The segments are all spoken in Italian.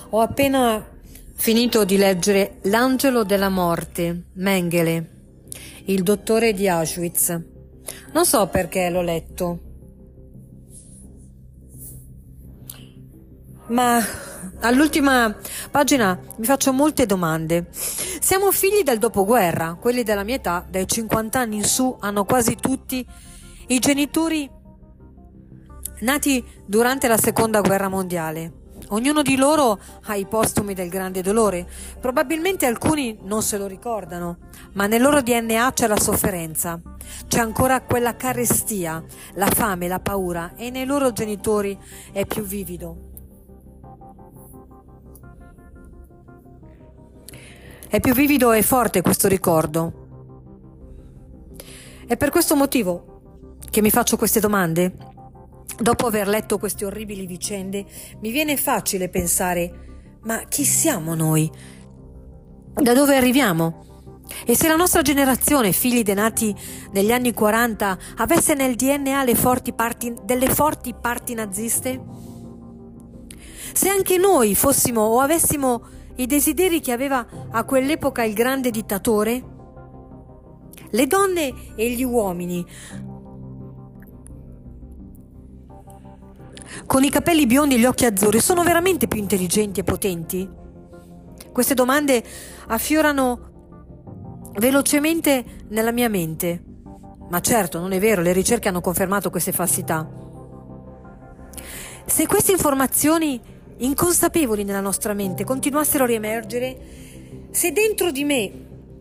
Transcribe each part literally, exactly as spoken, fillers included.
Ho appena finito di leggere L'angelo della morte, Mengele, il dottore di Auschwitz. Non so perché l'ho letto, ma all'ultima pagina mi faccio molte domande. Siamo figli del dopoguerra, quelli della mia età, dai cinquanta anni in su, hanno quasi tutti i genitori nati durante la seconda guerra mondiale. Ognuno di loro ha i postumi del grande dolore. Probabilmente alcuni non se lo ricordano, ma nel loro D N A c'è la sofferenza, c'è ancora quella carestia, la fame, la paura, e nei loro genitori è più vivido. È più vivido e forte questo ricordo. È per questo motivo che mi faccio queste domande. Dopo aver letto queste orribili vicende, mi viene facile pensare: ma chi siamo noi? Da dove arriviamo? E se la nostra generazione, figli dei nati negli anni quaranta, avesse nel D N A le forti parti, delle forti parti naziste? Se anche noi fossimo o avessimo i desideri che aveva a quell'epoca il grande dittatore? Le donne e gli uomini con i capelli biondi e gli occhi azzurri sono veramente più intelligenti e potenti? Queste domande affiorano velocemente nella mia mente. Ma certo, non è vero, le ricerche hanno confermato queste falsità. Se queste informazioni inconsapevoli nella nostra mente continuassero a riemergere, se dentro di me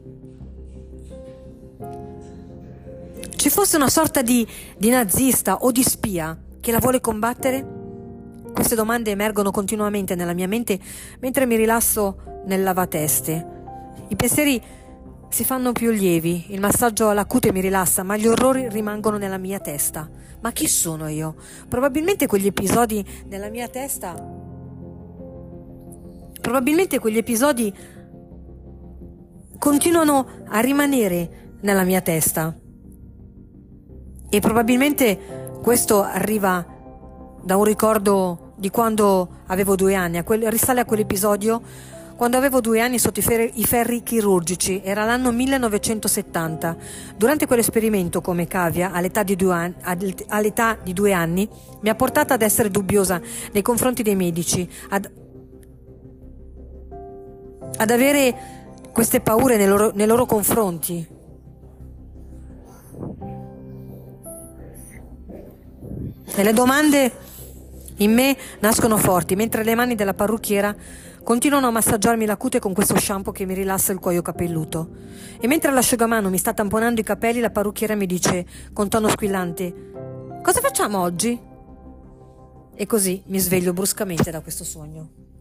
ci fosse una sorta di, di nazista o di spia che la vuole combattere, queste domande emergono continuamente nella mia mente mentre mi rilasso nel lavateste. I pensieri si fanno più lievi, il massaggio alla cute mi rilassa, ma gli orrori rimangono nella mia testa. Ma chi sono io? Probabilmente quegli episodi nella mia testa Probabilmente quegli episodi continuano a rimanere nella mia testa. E probabilmente questo arriva da un ricordo di quando avevo due anni, a quel, risale a quell'episodio quando avevo due anni sotto i ferri, i ferri chirurgici. Era l'anno millenovecentosettanta. Durante quell'esperimento come cavia, all'età di, due anni, all'età di due anni, mi ha portata ad essere dubbiosa nei confronti dei medici, ad ad avere queste paure nei loro, nei loro confronti. E le domande in me nascono forti, mentre le mani della parrucchiera continuano a massaggiarmi la cute con questo shampoo che mi rilassa il cuoio capelluto. E mentre l'asciugamano mi sta tamponando i capelli, la parrucchiera mi dice con tono squillante: cosa facciamo oggi? E così mi sveglio bruscamente da questo sogno.